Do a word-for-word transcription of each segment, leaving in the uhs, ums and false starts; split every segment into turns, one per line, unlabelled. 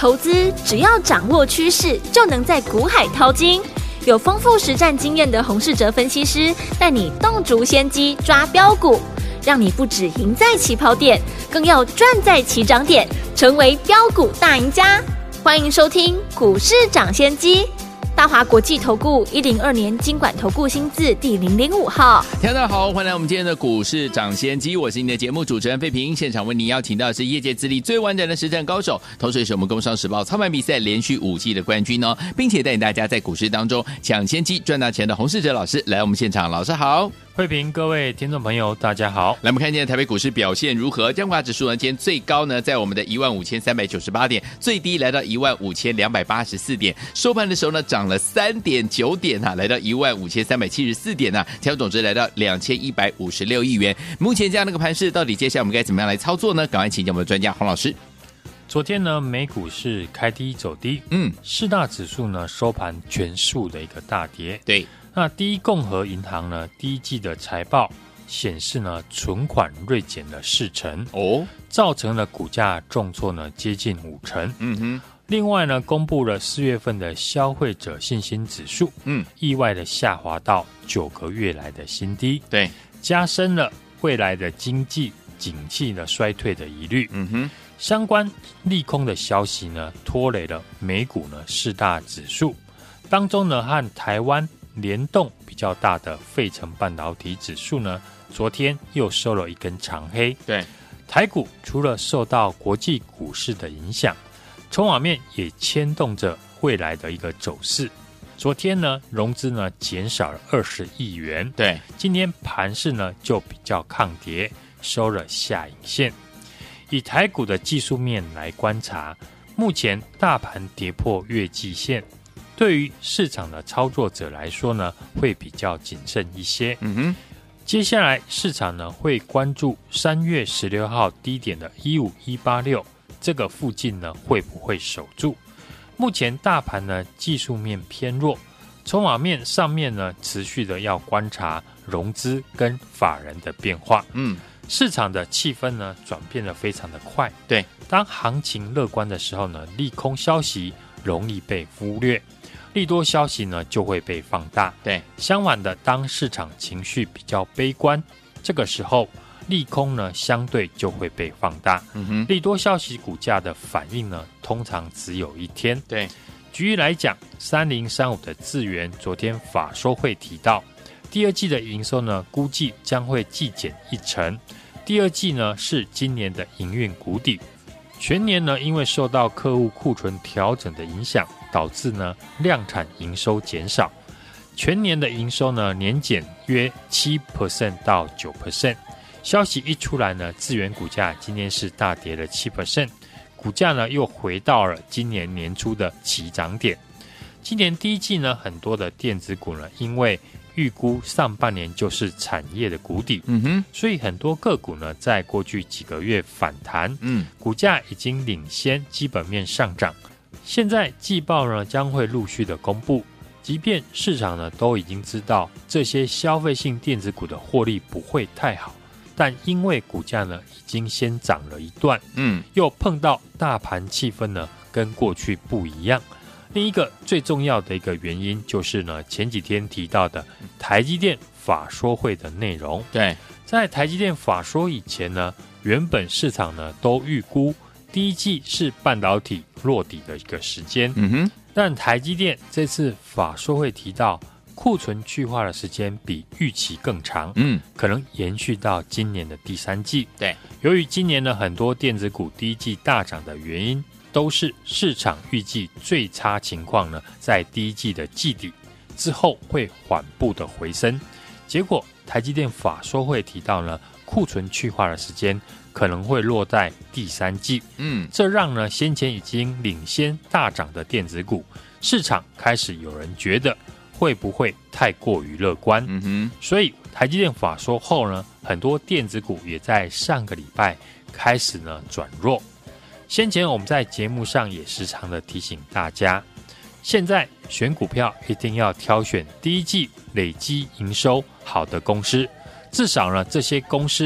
投资只要掌握趋势，就能在股海淘金。有丰富实战经验的洪士哲分析师带你洞烛先机抓标股，让你不只赢在起跑点，更要赚在起涨点，成为标股大赢家。欢迎收听股市涨先机，大华国际投顾一零二年金管投顾新字第零零五号。
大家好，欢迎来我们今天的股市涨先机，我是你的节目主持人费平。现场为你邀请到的是业界资历最完整的实战高手，同时也是我们工商时报操盘比赛连续五季的冠军哦，并且带领大家在股市当中抢先机赚大钱的洪士哲老师来我们现场。老师好。
慧平，各位听众朋友大家好。
来，我们看今天台北股市表现如何？加权指数呢，今天最高呢在我们的一万五千三百九十八点，最低来到一万五千两百八十四点，收盘的时候呢涨了 三点九 点啊，来到一万五千三百七十四点啊，成交总值来到两千一百五十六亿元。目前这样的一个盘势，到底接下来我们该怎么样来操作呢？赶快请教我们的专家洪老师。
昨天呢，美股是开低走低，嗯，四大指数呢收盘全数的一个大跌。
对，
那第一共和银行呢，第一季的财报显示呢，存款锐减了四成，哦，造成了股价重挫呢接近五成。嗯哼。另外呢，公布了四月份的消费者信心指数，嗯，意外的下滑到九个月来的新低，
对，
加深了未来的经济景气的衰退的疑虑。嗯哼。相关利空的消息呢，拖累了美股呢四大指数当中呢，和台湾联动比较大的费城半导体指数呢，昨天又收了一根长黑。
对，
台股除了受到国际股市的影响，筹码面也牵动着未来的一个走势。昨天呢，融资呢减少了二十亿元。
对，
今天盘势呢就比较抗跌，收了下影线。以台股的技术面来观察，目前大盘跌破月季线，对于市场的操作者来说呢，会比较谨慎一些。嗯哼，接下来市场呢会关注三月十六号低点的一五一八六这个附近呢会不会守住？目前大盘呢技术面偏弱，筹码面上面呢持续的要观察融资跟法人的变化。嗯。市场的气氛呢转变得非常的快，
对，
当行情乐观的时候呢，利空消息容易被忽略，利多消息呢就会被放大，
对。
相反的，当市场情绪比较悲观，这个时候利空呢相对就会被放大，嗯哼，利多消息股价的反应呢通常只有一天，
对。
举例来讲，三零三五的智原昨天法说会提到，第二季的营收呢，估计将会季减一成。第二季呢是今年的营运谷底，全年呢因为受到客户库存调整的影响，导致呢量产营收减少。全年的营收呢年减约 百分之七 到 百分之九。消息一出来呢，智原股价今天是大跌了 百分之七， 股价呢又回到了今年年初的起涨点。今年第一季呢，很多的电子股呢，因为预估上半年就是产业的谷底，嗯哼，所以很多个股呢，在过去几个月反弹，嗯，股价已经领先基本面上涨。现在季报呢将会陆续的公布，即便市场呢都已经知道这些消费性电子股的获利不会太好，但因为股价呢已经先涨了一段，嗯，又碰到大盘气氛呢跟过去不一样。另一个最重要的一个原因就是呢，前几天提到的台积电法说会的内容。
对，
在台积电法说以前呢，原本市场呢都预估第一季是半导体落底的一个时间。嗯哼，但台积电这次法说会提到，库存去化的时间比预期更长，嗯，可能延续到今年的第三季。
对，
由于今年呢很多电子股第一季大涨的原因，都是市场预计最差情况呢，在第一季的季底之后会缓步的回升。结果台积电法说会提到呢，库存去化的时间可能会落在第三季。嗯，这让呢先前已经领先大涨的电子股，市场开始有人觉得会不会太过于乐观？嗯哼，所以台积电法说后呢，很多电子股也在上个礼拜开始呢转弱。先前我们在节目上也时常的提醒大家，现在选股票一定要挑选第一季累积营收好的公司，至少呢这些公司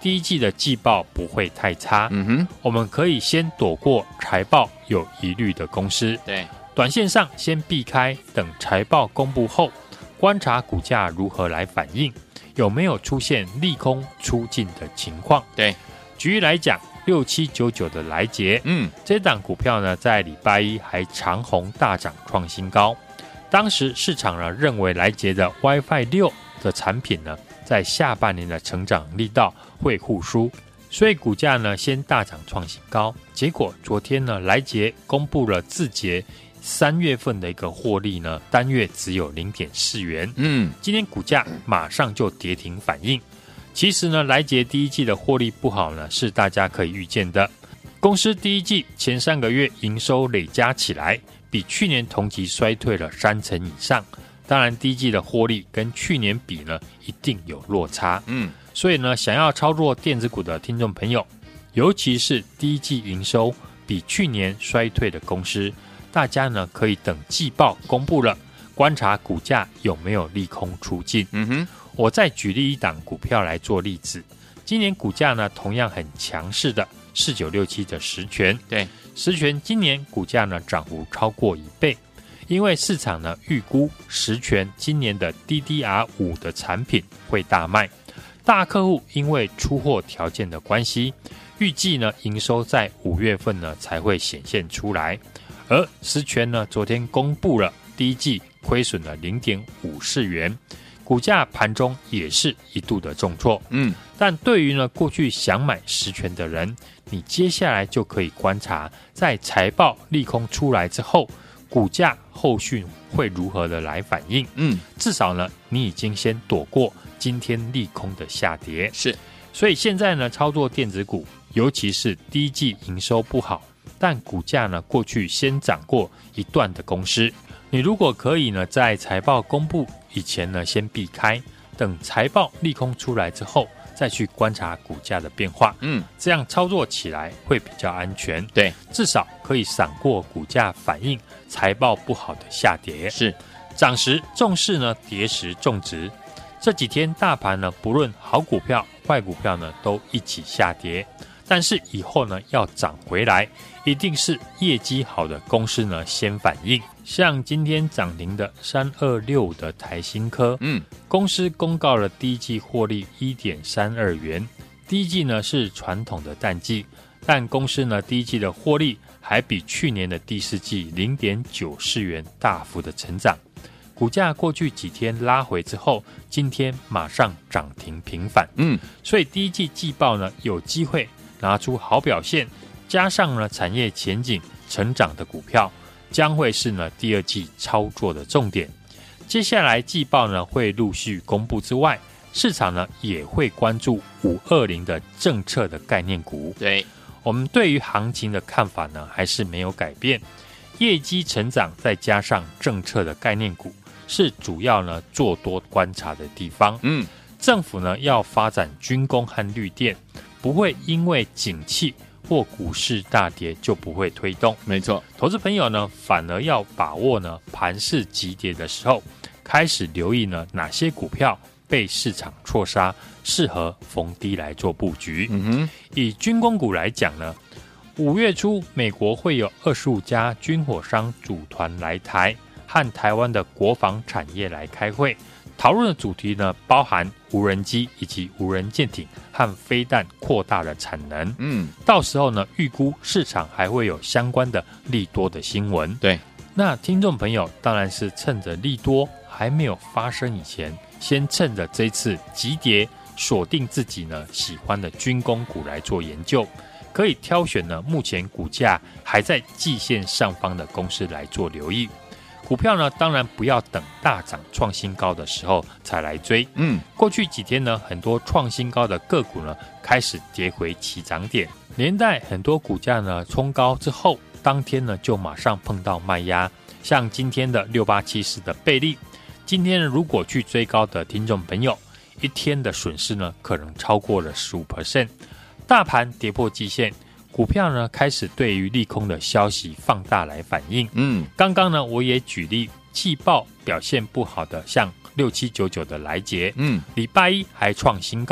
第一季的季报不会太差，
嗯哼，
我们可以先躲过财报有疑虑的公司，
对，
短线上先避开，等财报公布后，观察股价如何来反应，有没有出现利空出尽的情况。
对，
举例来讲，六七九九的来捷，
嗯，
这档股票呢，在礼拜一还长红大涨创新高。当时市场呢认为来捷的 WiFi 六的产品呢，在下半年的成长力道会复苏，所以股价呢先大涨创新高。结果昨天呢，来捷公布了自节三月份的一个获利呢，单月只有 零点四元。
嗯，
今天股价马上就跌停反应。其实呢，来捷第一季的获利不好呢，是大家可以预见的。公司第一季前三个月营收累加起来，比去年同期衰退了三成以上。当然，第一季的获利跟去年比呢，一定有落差。
嗯，
所以呢，想要操作电子股的听众朋友，尤其是第一季营收比去年衰退的公司，大家呢可以等季报公布了，观察股价有没有利空出尽。
嗯哼，
我再举例一档股票来做例子，今年股价呢同样很强势的四九六七的实权，
对，
实权今年股价呢涨幅超过一倍。因为市场呢预估实权今年的 D D R 五 的产品会大卖，大客户因为出货条件的关系，预计呢营收在五月份呢才会显现出来。而实权呢昨天公布了第一季亏损了 零点五四元，股价盘中也是一度的重挫。
嗯，
但对于呢过去想买实权的人，你接下来就可以观察，在财报利空出来之后，股价后续会如何的来反应。
嗯，
至少呢你已经先躲过今天利空的下跌。
是，
所以现在呢操作电子股，尤其是第一季营收不好，但股价呢过去先涨过一段的公司，你如果可以呢在财报公布以前呢先避开，等财报利空出来之后再去观察股价的变化，
嗯，
这样操作起来会比较安全。
对，
至少可以闪过股价反应财报不好的下跌。
是，
涨时重视呢，跌时重值。这几天大盘呢，不论好股票坏股票呢，都一起下跌。但是以后呢，要涨回来，一定是业绩好的公司呢先反应。像今天涨停的三二六五的台新科，
嗯，
公司公告了第一季获利 一点三二元，第一季呢是传统的淡季，但公司呢第一季的获利还比去年的第四季 零点九四元大幅的成长。股价过去几天拉回之后，今天马上涨停平反。
嗯，
所以第一季季报呢有机会拿出好表现，加上呢产业前景成长的股票，将会是呢第二季操作的重点。接下来季报呢会陆续公布之外，市场呢也会关注五二零的政策的概念股。
对，
我们对于行情的看法呢还是没有改变，业绩成长再加上政策的概念股是主要呢做多观察的地方。
嗯，
政府呢要发展军工和绿电，不会因为景气或股市大跌就不会推动。
没错，
投资朋友呢反而要把握呢盘势急跌的时候，开始留意呢哪些股票被市场错杀，适合逢低来做布局。
嗯哼，
以军工股来讲呢，五月初美国会有二十五家军火商组团来台，和台湾的国防产业来开会，讨论的主题呢包含无人机以及无人舰艇和飞弹扩大的产能。
嗯，
到时候呢预估市场还会有相关的利多的新闻。
对，
那听众朋友当然是趁着利多还没有发生以前，先趁着这次急跌锁定自己呢喜欢的军工股来做研究，可以挑选呢目前股价还在季线上方的公司来做留意。股票呢当然不要等大涨创新高的时候才来追。
嗯，
过去几天呢很多创新高的个股呢开始跌回起涨点，连带很多股价呢冲高之后，当天呢就马上碰到卖压。像今天的六八七四的倍利，今天呢如果去追高的听众朋友，一天的损失呢可能超过了 百分之十五。 大盘跌破季线，股票呢开始对于利空的消息放大来反应。
嗯，
刚刚呢我也举例季报表现不好的像六七九九的来捷，
嗯，
礼拜一还创新高，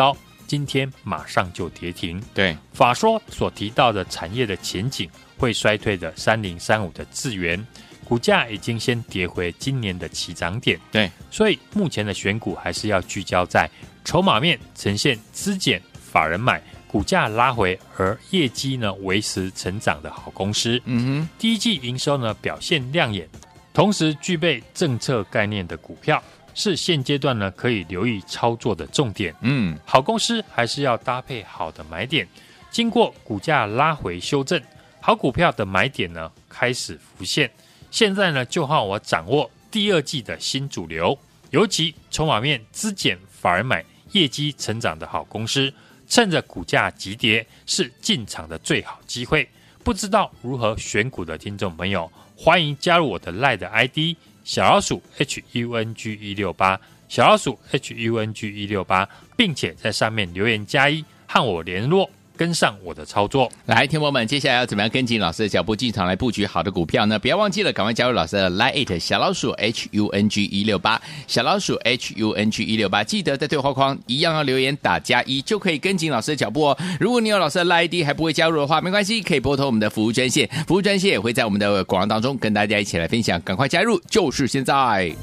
今天马上就跌停。
对，
法说所提到的产业的前景会衰退的三零三五的智原，股价已经先跌回今年的起涨点。
对，
所以目前的选股还是要聚焦在筹码面呈现资减、法人买、股价拉回，而业绩呢维持成长的好公司。
嗯哼，
第一季营收呢表现亮眼，同时具备政策概念的股票，是现阶段呢可以留意操作的重点。
嗯，
好公司还是要搭配好的买点，经过股价拉回修正，好股票的买点呢开始浮现。现在呢就让我掌握第二季的新主流，尤其筹码面资减法人买、业绩成长的好公司，趁着股价急跌是进场的最好机会。不知道如何选股的听众朋友，欢迎加入我的 LINE 的 I D 小老鼠 H U N G 一六八， 小老鼠 H U N G 一六八，并且在上面留言加一和我联络，跟上我的操作。
来，听众朋友们，接下来要怎么样跟紧老师的脚步进场来布局好的股票呢？不要忘记了，赶快加入老师的 Line 小老鼠 H U N G 一六八， 小老鼠 H U N G 一六八， 记得在对话框一样要留言打加一，就可以跟紧老师的脚步哦。如果你有老师的 Line I D 还不会加入的话，没关系，可以拨通我们的服务专线，服务专线也会在我们的广告当中跟大家一起来分享，赶快加入，就是现在。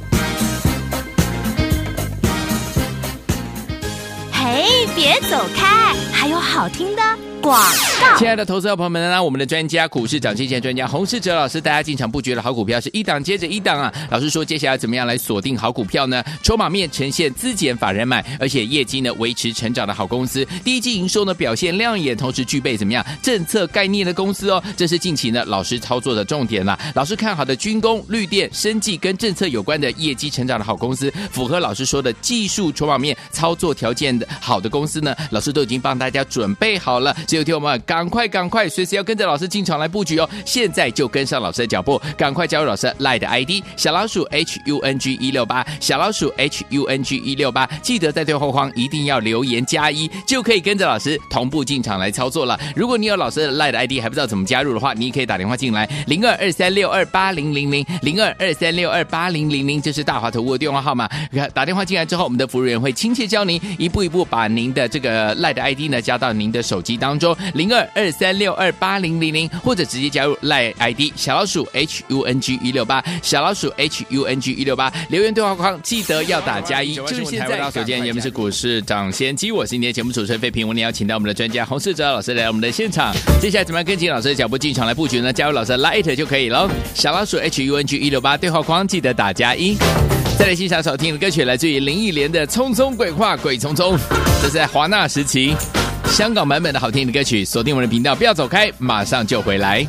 嘿，别走开，还有好听的广告。
亲爱的投资者朋友们呢，我们的专家股市涨跌线专家洪士哲老师，大家进场布局的好股票是一档接着一档啊。老师说，接下来怎么样来锁定好股票呢？筹码面呈现资减法人买，而且业绩呢维持成长的好公司，第一季营收呢表现亮眼，同时具备怎么样政策概念的公司哦，这是近期呢老师操作的重点啦。老师看好的军工、绿电、生技跟政策有关的业绩成长的好公司，符合老师说的技术筹码面操作条件的好的公司呢，老师都已经帮大家准备好了。只有听我们赶快赶快，随时要跟着老师进场来布局哦！现在就跟上老师的脚步，赶快加入老师 Line 的 I D 小老鼠 H U N G 一六八， 小老鼠 H U N G 一六八， 记得在对话框一定要留言加一，就可以跟着老师同步进场来操作了。如果你有老师的 Line 的 I D 还不知道怎么加入的话，你也可以打电话进来零二二三六二八零零零 零二二三六二八零零零，这是大华投顾的电话号码。打电话进来之后，我们的服务员会亲切教您一步一步把您的这个 Line 的 I D 呢加到您的手机当中，零二二三六二八零零零，或者直接加入 Line I D 小老鼠 H U N G 一六八， 小老鼠 H U N G 一六八， 留言对话框记得要打加一，就是现在。首先节目是股市涨先机，我是今天节目主持人费平，我们邀请到我们的专家洪士哲老师来我们的现场。接下来怎么样跟紧老师的脚步进场来布局呢？加入老师的 Line 就可以了，小老鼠 H U N G 一六八， 对话框记得打加一。再来欣赏首听的歌曲，来自于林忆莲的《匆匆鬼话鬼匆匆》，这是在华纳时期香港版本的好听的歌曲。锁定我们的频道，不要走开，马上就回来。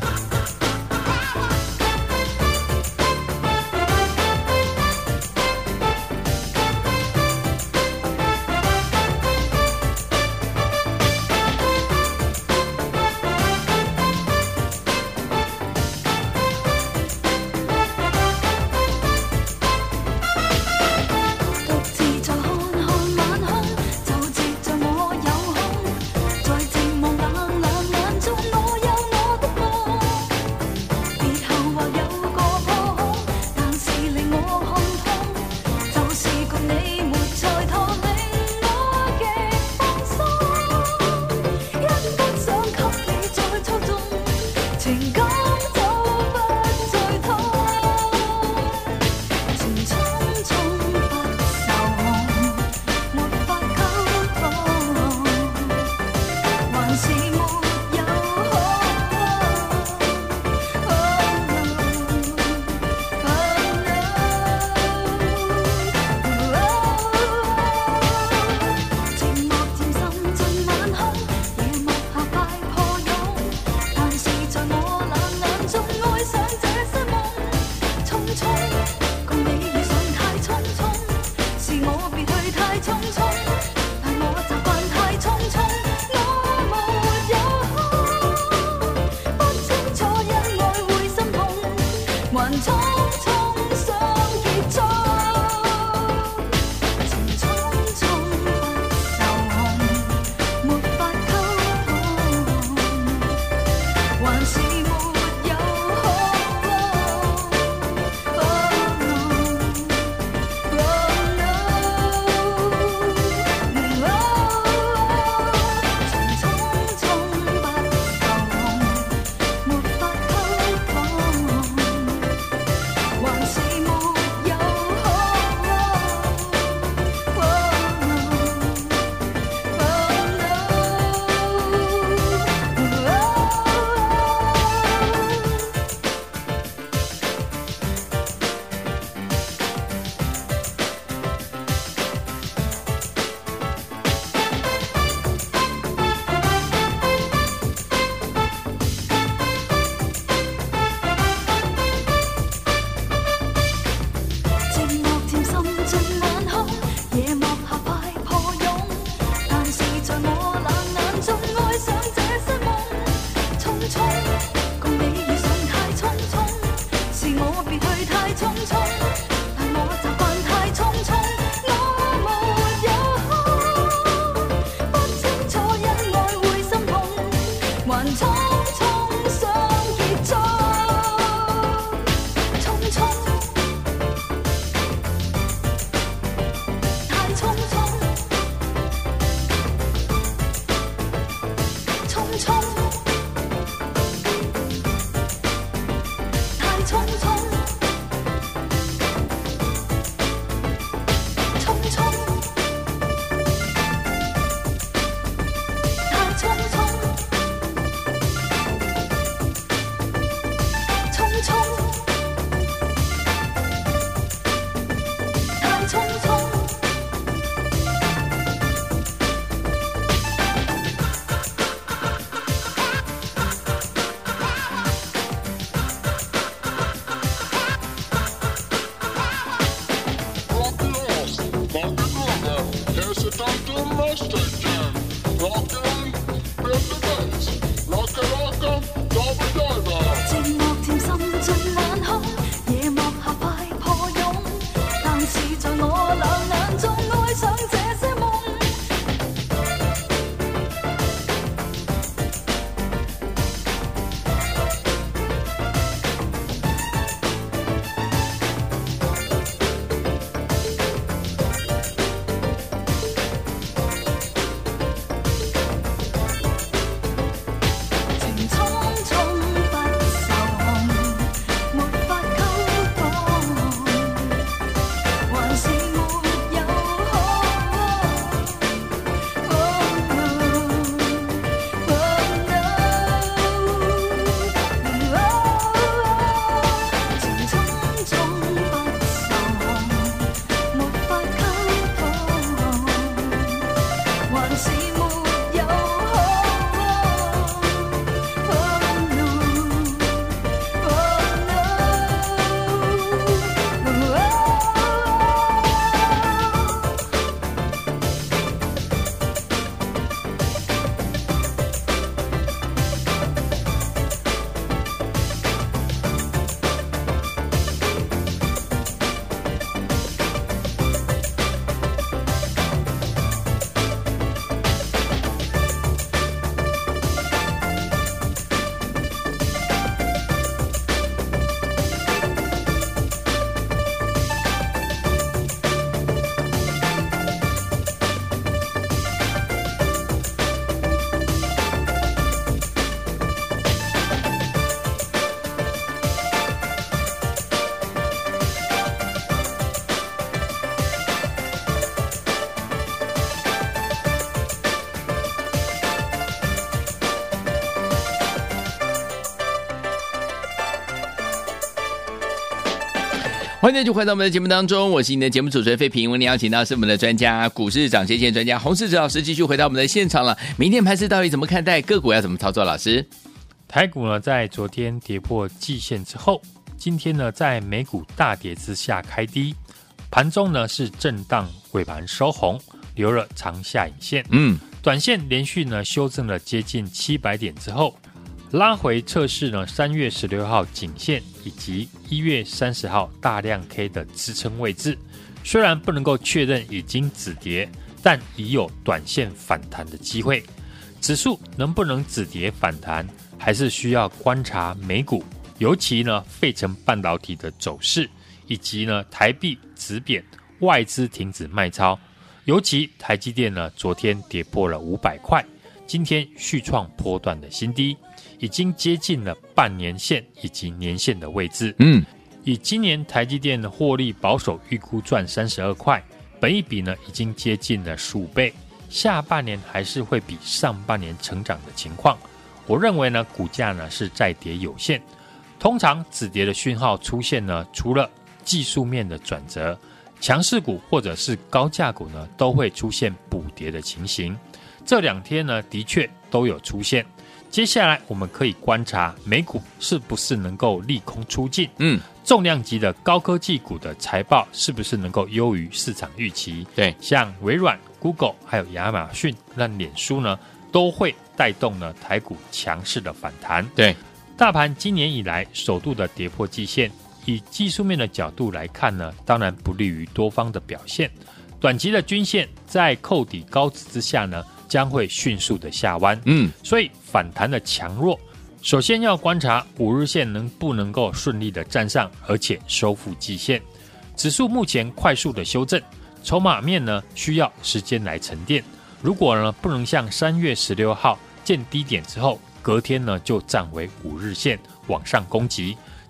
欢迎继续回到我们的节目当中，我是你的节目主持人费平。为你邀请到是我们的专家，股市涨跌线专家洪士哲老师，继续回到我们的现场了。明天盘势到底怎么看待？个股要怎么操作？老师，
台股呢，在昨天跌破季线之后，今天呢，在美股大跌之下开低，盘中呢是震荡，尾盘收红，留了长下影线。嗯，短线连续呢修正了接近七百点之后，拉回测试呢三月十六号颈线以及一月三十号大量 K 的支撑位置，虽然不能够确认已经止跌，但已有短线反弹的机会。指数能不能止跌反弹，还是需要观察美股，尤其呢费城半导体的走势，以及呢台币止贬，外资停止卖超。尤其台积电呢昨天跌破了五百块，今天续创波段的新低，已经接近了半年线以及年线的位置。嗯，以今年台积电的获利保守预估赚三十二块，本益比呢已经接近了十五倍，下半年还是会比上半年成长的情况。我认为呢股价呢是再跌有限，通常止跌的讯号出现呢，除了技术面的转折，强势股或者是高价股呢都会出现补跌的情形。这两天呢的确都有出现。接下来我们可以观察美股是不是能够利空出尽，嗯，重量级的高科技股的财报是不是能够优于市场预期？对，像微软、Google 还有亚马逊、那脸书呢，都会带动呢台股强势的反弹。对，大盘今年以来首度的跌破季线，以技术面的角度来看呢，当然不利于多方的表现。短期的均线在扣底高值之下呢，将会迅速的下弯，嗯，所以反弹的强弱，首先要观察五日线能不能够顺利的站上，而且收复季线。指数目前快速的修正，筹码面呢需要时间来沉淀。如果呢不能像三月十六号见低点之后，隔天呢就站回五日线往上攻击，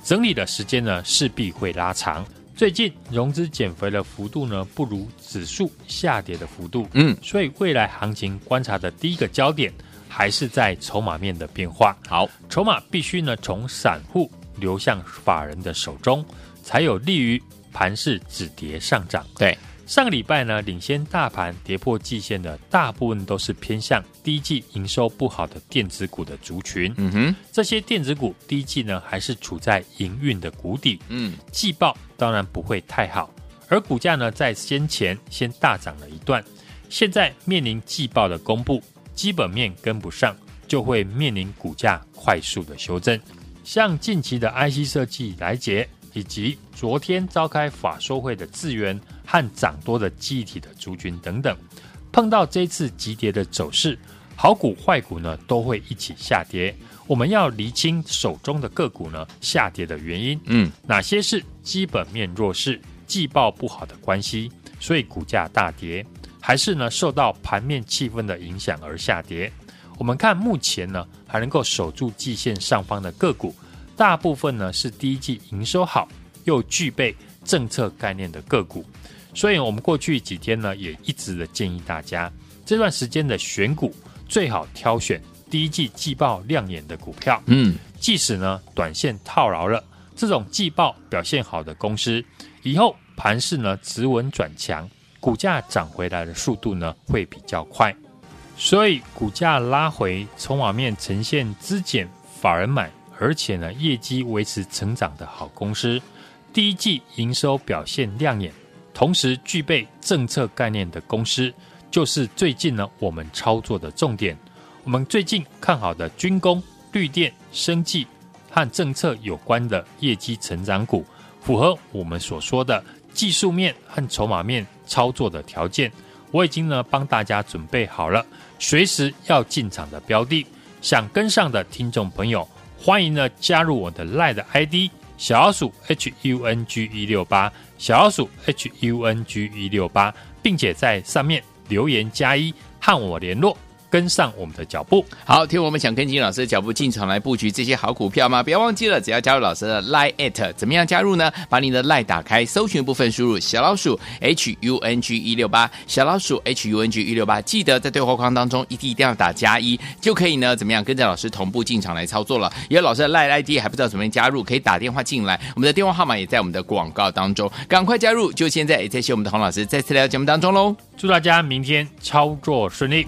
整理的时间呢势必会拉长。最近融资减肥的幅度呢不如指数下跌的幅度，
嗯，
所以未来行情观察的第一个焦点还是在筹码面的变化。
好，
筹码必须呢从散户流向法人的手中，才有利于盘势止跌上涨。
对，
上个礼拜呢，领先大盘跌破季线的大部分都是偏向第一季营收不好的电子股的族群。
嗯哼，
这些电子股第一季呢还是处在营运的谷底，
嗯，
季报当然不会太好，而股价呢在先前先大涨了一段，现在面临季报的公布，基本面跟不上，就会面临股价快速的修正。像近期的 I C 设计来解，以及昨天召开法说会的智原和涨多的记忆体的族群等等，碰到这次急跌的走势，好股坏股呢都会一起下跌。我们要厘清手中的个股呢下跌的原因，
嗯，
哪些是基本面弱势、季报不好的关系，所以股价大跌，还是呢受到盘面气氛的影响而下跌。我们看目前呢还能够守住季线上方的个股，大部分呢是第一季营收好又具备政策概念的个股，所以我们过去几天呢也一直的建议大家，这段时间的选股最好挑选第一季季报亮眼的股票。
嗯，
即使呢短线套牢了，这种季报表现好的公司，以后盘势呢止稳转强，股价涨回来的速度呢会比较快。所以股价拉回，筹码面呈现资减法人买，而且呢业绩维持成长的好公司，第一季营收表现亮眼，同时具备政策概念的公司，就是最近呢我们操作的重点。我们最近看好的军工、绿电、生技和政策有关的业绩成长股，符合我们所说的技术面和筹码面操作的条件，我已经呢帮大家准备好了，随时要进场的标的。想跟上的听众朋友，欢迎呢加入我的 LINE 的 I D 小老鼠 H U N G 一六八 小老鼠 H U N G 一六八，并且在上面留言加一和我联络，跟上我们的脚步。
好，听我们想跟紧老师的脚步进场来布局这些好股票吗？不要忘记了，只要加入老师的 Line at， 怎么样加入呢？把你的 Line 打开，搜寻部分输入小老鼠 H U N G 一六八， 小老鼠 H U N G 一六八， 记得在对话框当中一定一定要打加一，就可以呢怎么样跟着老师同步进场来操作了。有老师的 Line I D 还不知道怎么样加入，可以打电话进来，我们的电话号码也在我们的广告当中，赶快加入，就现在！也谢谢我们的洪老师再次来到节目当中喽，
祝大家明天操作顺利。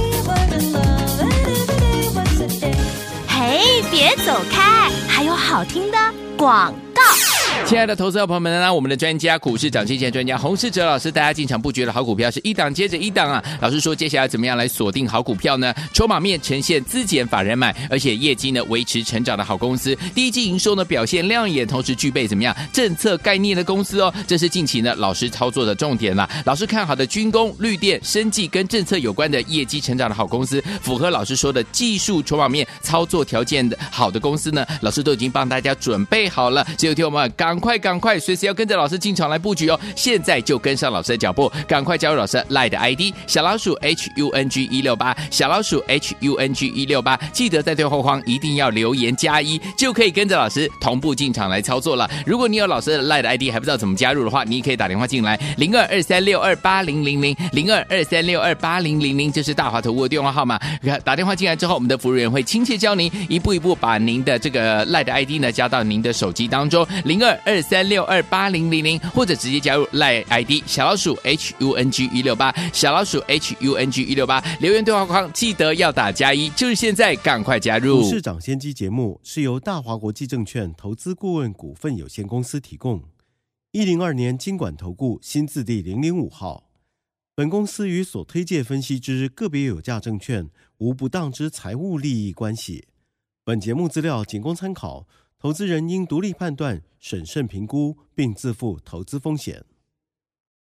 嘿，别走开，还有好听的广告。
亲爱的投资者朋友们呢，我们的专家股市涨跌线专家洪士哲老师，大家进场布局的好股票是一档接着一档啊。老师说，接下来怎么样来锁定好股票呢？筹码面呈现资减法人买，而且业绩呢维持成长的好公司，第一季营收呢表现亮眼，同时具备怎么样政策概念的公司哦，这是近期呢老师操作的重点啦。老师看好的军工、绿电、生技跟政策有关的业绩成长的好公司，符合老师说的技术筹码面操作条件的好的公司呢，老师都已经帮大家准备好了，只有听我们赶快赶快随时要跟着老师进场来布局哦，现在就跟上老师的脚步，赶快加入老师 LINE 的 I D 小老鼠 H U N G 一六八， 小老鼠 H U N G 一六八， 记得在对话框一定要留言加一，就可以跟着老师同步进场来操作了。如果你有老师的 LINE 的 I D 还不知道怎么加入的话，你也可以打电话进来零二二三六二八零零零 零二二三六二八零零零，这是大华投顾的电话号码。打电话进来之后，我们的服务员会亲切教您一步一步把您的这个 LINE 的 I D 呢加到您的手机当中零二二三六二八零零零，或者直接加入 LINE I D 小老鼠 H U N G 一六八， 小老鼠 H U N G 一六八， 留言对话框记得要打加一，就是现在赶快加入。
股市涨先机节目是由大华国际证券投资顾问股份有限公司提供，一零二年金管投顾新字第零零五号。本公司与所推介分析之个别有价证券无不当之财务利益关系。本节目资料仅供参考，投资人应独立判断、审慎评估，并自负投资风险。